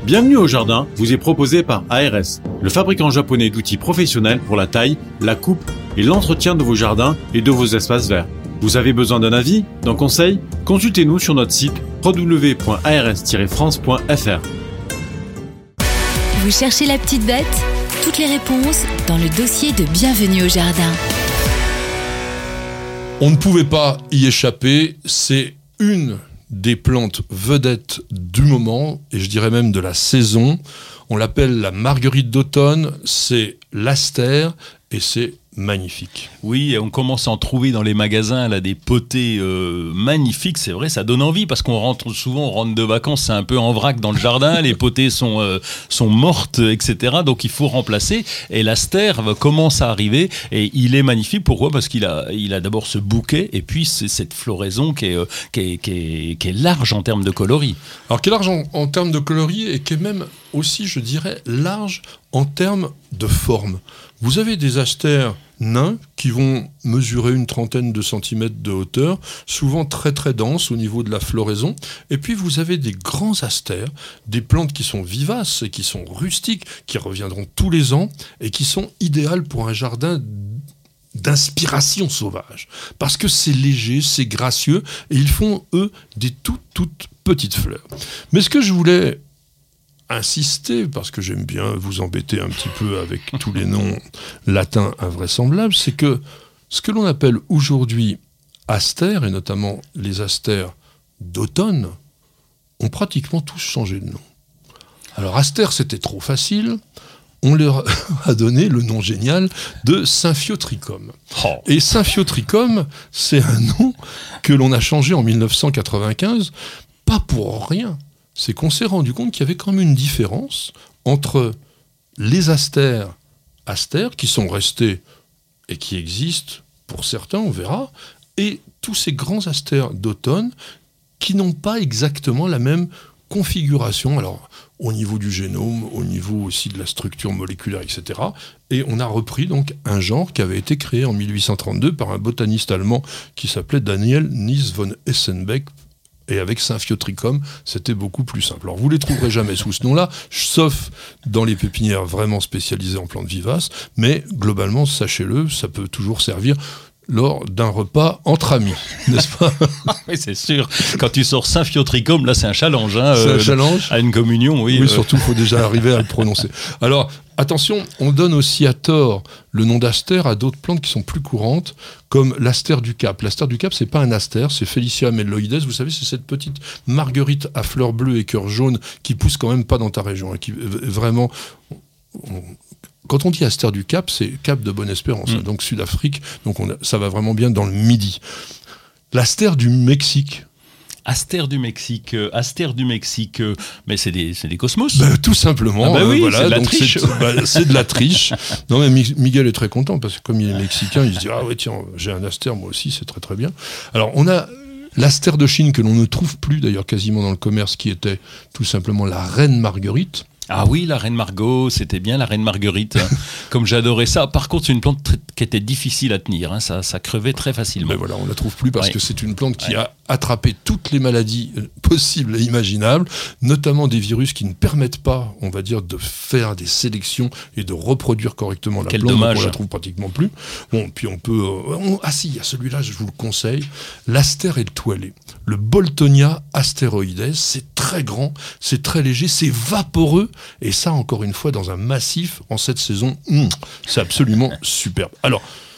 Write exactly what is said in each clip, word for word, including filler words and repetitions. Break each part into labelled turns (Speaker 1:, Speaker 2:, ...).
Speaker 1: Bienvenue au jardin vous est proposé par A R S, le fabricant japonais d'outils professionnels pour la taille, la coupe et l'entretien de vos jardins et de vos espaces verts. Vous avez besoin d'un avis, d'un conseil? Consultez-nous sur notre site w w w point a r s tiret france point f r.
Speaker 2: Vous cherchez la petite bête? Toutes les réponses dans le dossier de Bienvenue au jardin.
Speaker 3: On ne pouvait pas y échapper, c'est une des plantes vedettes du moment, et je dirais même de la saison. On l'appelle la marguerite d'automne, c'est l'astère, et c'est magnifique.
Speaker 4: Oui, on commence à en trouver dans les magasins là des potées euh, magnifiques, c'est vrai, ça donne envie parce qu'on rentre souvent, on rentre de vacances, c'est un peu en vrac dans le jardin, les potées sont euh, sont mortes, et cetera. Donc il faut remplacer. Et l'astère commence à arriver et il est magnifique. Pourquoi ? Parce qu'il a il a d'abord ce bouquet et puis c'est cette floraison qui est euh, qui est, qui est qui est large en termes de coloris.
Speaker 3: Alors qui est large en, en termes de coloris et qui est même aussi, je dirais, large en termes de forme. Vous avez des astères nains qui vont mesurer une trentaine de centimètres de hauteur, souvent très très denses au niveau de la floraison. Et puis vous avez des grands astères, des plantes qui sont vivaces et qui sont rustiques, qui reviendront tous les ans et qui sont idéales pour un jardin d'inspiration sauvage. Parce que c'est léger, c'est gracieux et ils font, eux, des toutes toutes petites fleurs. Mais ce que je voulais insister, parce que j'aime bien vous embêter un petit peu avec tous les noms latins invraisemblables, c'est que ce que l'on appelle aujourd'hui astères, et notamment les astères d'automne, ont pratiquement tous changé de nom. Alors astère, c'était trop facile, on leur a donné le nom génial de Symphyotrichum. Oh. Et Symphyotrichum, c'est un nom que l'on a changé en dix-neuf cent quatre-vingt-quinze, pas pour rien. C'est qu'on s'est rendu compte qu'il y avait quand même une différence entre les astères, astères qui sont restés et qui existent, pour certains, on verra, et tous ces grands astères d'automne qui n'ont pas exactement la même configuration, alors au niveau du génome, au niveau aussi de la structure moléculaire, et cetera. Et on a repris donc un genre qui avait été créé en dix-huit cent trente-deux par un botaniste allemand qui s'appelait Daniel Nies von Essenbeck. Et avec Symphyotrichum, c'était beaucoup plus simple. Alors, vous ne les trouverez jamais sous ce nom-là, sauf dans les pépinières vraiment spécialisées en plantes vivaces, mais globalement, sachez-le, ça peut toujours servir lors d'un repas entre amis, n'est-ce pas ?
Speaker 4: Oui, c'est sûr. Quand tu sors Symphyotrichum, là, c'est un challenge. Hein,
Speaker 3: c'est
Speaker 4: euh,
Speaker 3: un challenge.
Speaker 4: À une communion, oui.
Speaker 3: Oui,
Speaker 4: euh...
Speaker 3: surtout, il faut déjà arriver à le prononcer. Alors, attention, on donne aussi à tort le nom d'astère à d'autres plantes qui sont plus courantes, comme l'astère du Cap. L'astère du Cap, c'est pas un astère, c'est Felicia melloides. Vous savez, c'est cette petite marguerite à fleurs bleues et cœur jaune qui pousse quand même pas dans ta région, hein, qui vraiment... On, quand on dit astère du Cap, c'est Cap de Bonne-Espérance, mmh. hein, donc Sud-Afrique, donc on a, ça va vraiment bien dans le Midi. L'astère du Mexique.
Speaker 4: Astère du Mexique, euh, astère du Mexique, euh, mais c'est des, c'est des cosmos.
Speaker 3: Bah, tout simplement.
Speaker 4: Ah bah oui,
Speaker 3: euh, voilà,
Speaker 4: c'est de la
Speaker 3: donc
Speaker 4: triche.
Speaker 3: C'est, bah, c'est de la triche. Non mais Miguel est très content parce que comme il est mexicain, il se dit ah ouais tiens j'ai un astère moi aussi, c'est très très bien. Alors on a l'astère de Chine que l'on ne trouve plus d'ailleurs quasiment dans le commerce, qui était tout simplement la reine Marguerite.
Speaker 4: Ah oui, la reine Margot, c'était bien la reine Marguerite. Comme j'adorais ça. Par contre, c'est une plante très, qui était difficile à tenir. Hein. Ça, ça crevait très facilement.
Speaker 3: Mais voilà, on la trouve plus parce
Speaker 4: ouais.
Speaker 3: que c'est une plante qui
Speaker 4: ouais.
Speaker 3: a attrapé toutes les maladies possibles et imaginables, notamment des virus qui ne permettent pas, on va dire, de faire des sélections et de reproduire correctement la
Speaker 4: Quel
Speaker 3: plante.
Speaker 4: dommage.
Speaker 3: Donc on la trouve pratiquement plus. Bon, puis on peut... Euh, on, ah si, il y a celui-là, je vous le conseille. L'astère étoilée. Le Boltonia astéroïdes. C'est très grand, c'est très léger, c'est vaporeux. Et ça, encore une fois, dans un massif, en cette saison, mmh, c'est absolument superbe. Alors,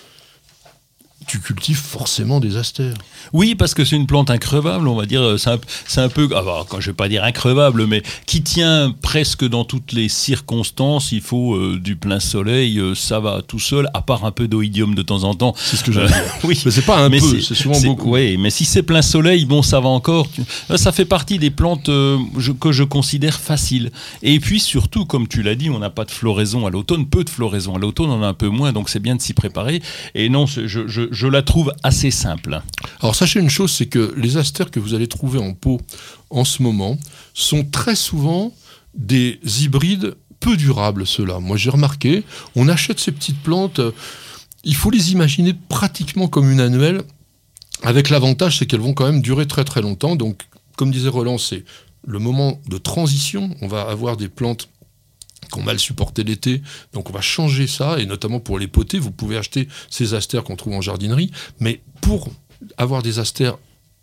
Speaker 3: tu cultives forcément des astères.
Speaker 4: Oui, parce que c'est une plante increvable, on va dire. C'est un, c'est un peu, alors, quand je ne vais pas dire increvable, mais qui tient presque dans toutes les circonstances. Il faut euh, du plein soleil, euh, ça va tout seul, à part un peu d'oïdium de temps en temps.
Speaker 3: C'est ce que j'allais dire.
Speaker 4: Oui,
Speaker 3: mais c'est pas un
Speaker 4: mais
Speaker 3: peu,
Speaker 4: c'est,
Speaker 3: c'est souvent
Speaker 4: c'est,
Speaker 3: beaucoup.
Speaker 4: Oui, mais si c'est plein soleil, bon, ça va encore. Ça fait partie des plantes euh, je, que je considère faciles. Et puis surtout, comme tu l'as dit, on n'a pas de floraison à l'automne, peu de floraison à l'automne, on en a un peu moins, donc c'est bien de s'y préparer. Et non, je, je, je la trouve assez simple.
Speaker 3: Alors sachez une chose, c'est que les astères que vous allez trouver en pot en ce moment sont très souvent des hybrides peu durables, ceux-là. Moi j'ai remarqué, on achète ces petites plantes, euh, il faut les imaginer pratiquement comme une annuelle, avec l'avantage c'est qu'elles vont quand même durer très très longtemps. Donc comme disait Roland, c'est le moment de transition. On va avoir des plantes qui ont mal supporté l'été, donc on va changer ça, et notamment pour les potées, vous pouvez acheter ces astères qu'on trouve en jardinerie, mais pour avoir des astères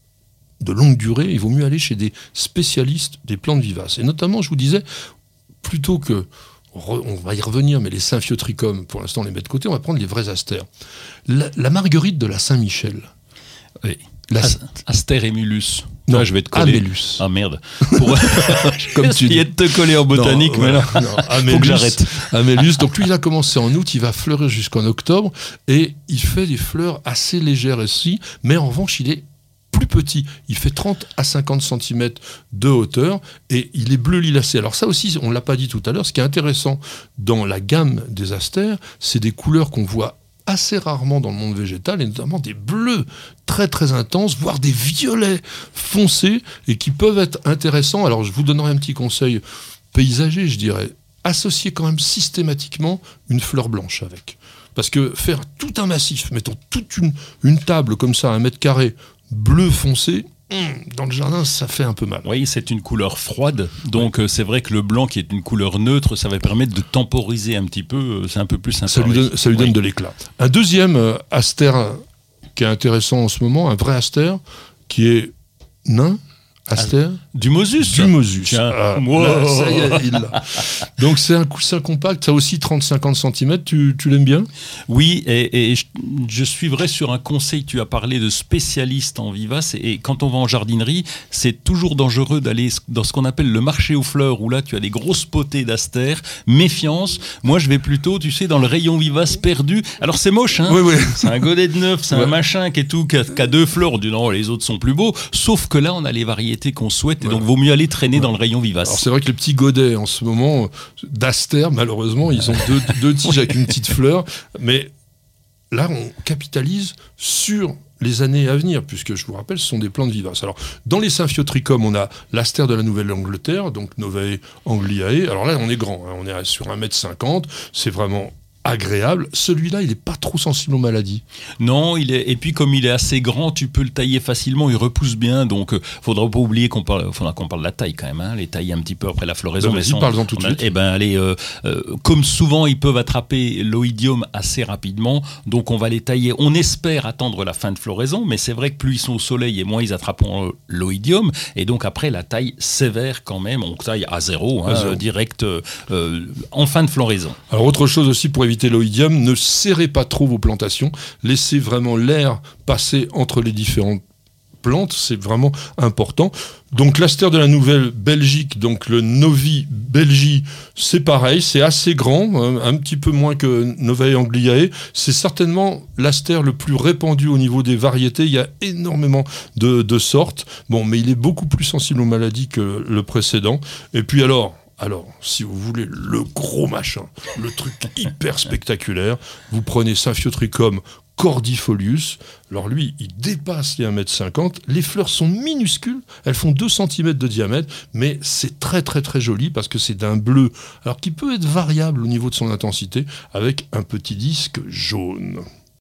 Speaker 3: de longue durée, il vaut mieux aller chez des spécialistes des plantes vivaces. Et notamment, je vous disais, plutôt que, on va y revenir, mais les Symphyotrichum, pour l'instant on les met de côté, on va prendre les vrais astères. La, la marguerite de la Saint-Michel.
Speaker 4: Oui.
Speaker 3: La...
Speaker 4: Aster Emulus.
Speaker 3: Non,
Speaker 4: ah, je vais te coller.
Speaker 3: Amélus.
Speaker 4: Ah merde. Pour... Comme tu dis. De te coller en botanique, non, mais là, non, Amélus, faut que j'arrête.
Speaker 3: Amélus. Donc lui, il a commencé en août, il va fleurir jusqu'en octobre, et il fait des fleurs assez légères aussi, mais en revanche, il est plus petit. Il fait trente à cinquante centimètres de hauteur, et il est bleu lilacé. Alors ça aussi, on ne l'a pas dit tout à l'heure, ce qui est intéressant dans la gamme des astères, c'est des couleurs qu'on voit assez rarement dans le monde végétal, et notamment des bleus très très intenses, voire des violets foncés, et qui peuvent être intéressants. Alors je vous donnerai un petit conseil paysager, je dirais, associez quand même systématiquement une fleur blanche avec. Parce que faire tout un massif, mettons toute une, une table comme ça, un mètre carré, bleu foncé, dans le jardin, ça fait un peu mal.
Speaker 4: Oui, c'est une couleur froide, donc ouais. euh, c'est vrai que le blanc qui est une couleur neutre, ça va permettre de temporiser un petit peu, euh, c'est un peu plus sympa.
Speaker 3: Ça lui donne, ça lui donne oui. de l'éclat. Un deuxième euh, astère qui est intéressant en ce moment, un vrai astère, qui est nain, astère.
Speaker 4: Ah, du Mosus.
Speaker 3: Du Mosus.
Speaker 4: Ah,
Speaker 3: wow. Là, ça y est, il l'a. Donc c'est un coussin compact, ça aussi trente à cinquante centimètres, tu, tu l'aimes bien ?
Speaker 4: Oui, et, et je, je suivrai sur un conseil, tu as parlé de spécialistes en vivaces, et, et quand on va en jardinerie, c'est toujours dangereux d'aller dans ce qu'on appelle le marché aux fleurs, où là tu as des grosses potées d'astères, méfiance, moi je vais plutôt, tu sais, dans le rayon vivace perdu, alors c'est moche, hein,
Speaker 3: oui, oui.
Speaker 4: C'est un godet de neuf, c'est ouais. un machin qui est tout, qui a, qui a deux fleurs, on dit non, les autres sont plus beaux, sauf que là on a les variétés qu'on souhaite, et ouais. donc vaut mieux aller traîner ouais. dans le rayon vivace.
Speaker 3: Alors c'est vrai que les petits godets en ce moment d'astères, malheureusement, ils ont deux, deux tiges avec une petite fleur, mais là on capitalise sur les années à venir, puisque je vous rappelle, ce sont des plantes vivaces. Alors dans les Symphyotrichum, on a l'astère de la Nouvelle-Angleterre, donc Novae angliae. Alors là on est grand, hein, on est sur un mètre cinquante, c'est vraiment agréable. Celui-là, il n'est pas trop sensible aux maladies.
Speaker 4: Non, il est, et puis comme il est assez grand, tu peux le tailler facilement, il repousse bien, donc il euh, ne faudra pas oublier qu'on parle, faudra qu'on parle de la taille quand même, hein, les tailler un petit peu après la floraison.
Speaker 3: Ben, vas-y, parle-en tout de suite.
Speaker 4: Eh ben, allez, euh, euh, comme souvent, ils peuvent attraper l'oïdium assez rapidement, donc on va les tailler. On espère attendre la fin de floraison, mais c'est vrai que plus ils sont au soleil et moins ils attraperont euh, l'oïdium, et donc après la taille sévère quand même, on taille à zéro, hein, à zéro. Euh, direct euh, euh, en fin de floraison.
Speaker 3: Alors autre chose aussi pour éviter l'oïdium, ne serrez pas trop vos plantations, laissez vraiment l'air passer entre les différentes plantes, c'est vraiment important. Donc l'astère de la Nouvelle-Belgique, donc le Novi Belgi, c'est pareil, c'est assez grand, un, un petit peu moins que Novae angliae, c'est certainement l'astère le plus répandu au niveau des variétés, il y a énormément de, de sortes, bon, mais il est beaucoup plus sensible aux maladies que le précédent. Et puis alors, Alors, si vous voulez le gros machin, le truc hyper spectaculaire, vous prenez Symphyotrichum cordifolius. Alors lui, il dépasse les un mètre cinquante. Les fleurs sont minuscules, elles font deux centimètres de diamètre, mais c'est très très très joli parce que c'est d'un bleu, alors qui peut être variable au niveau de son intensité, avec un petit disque jaune.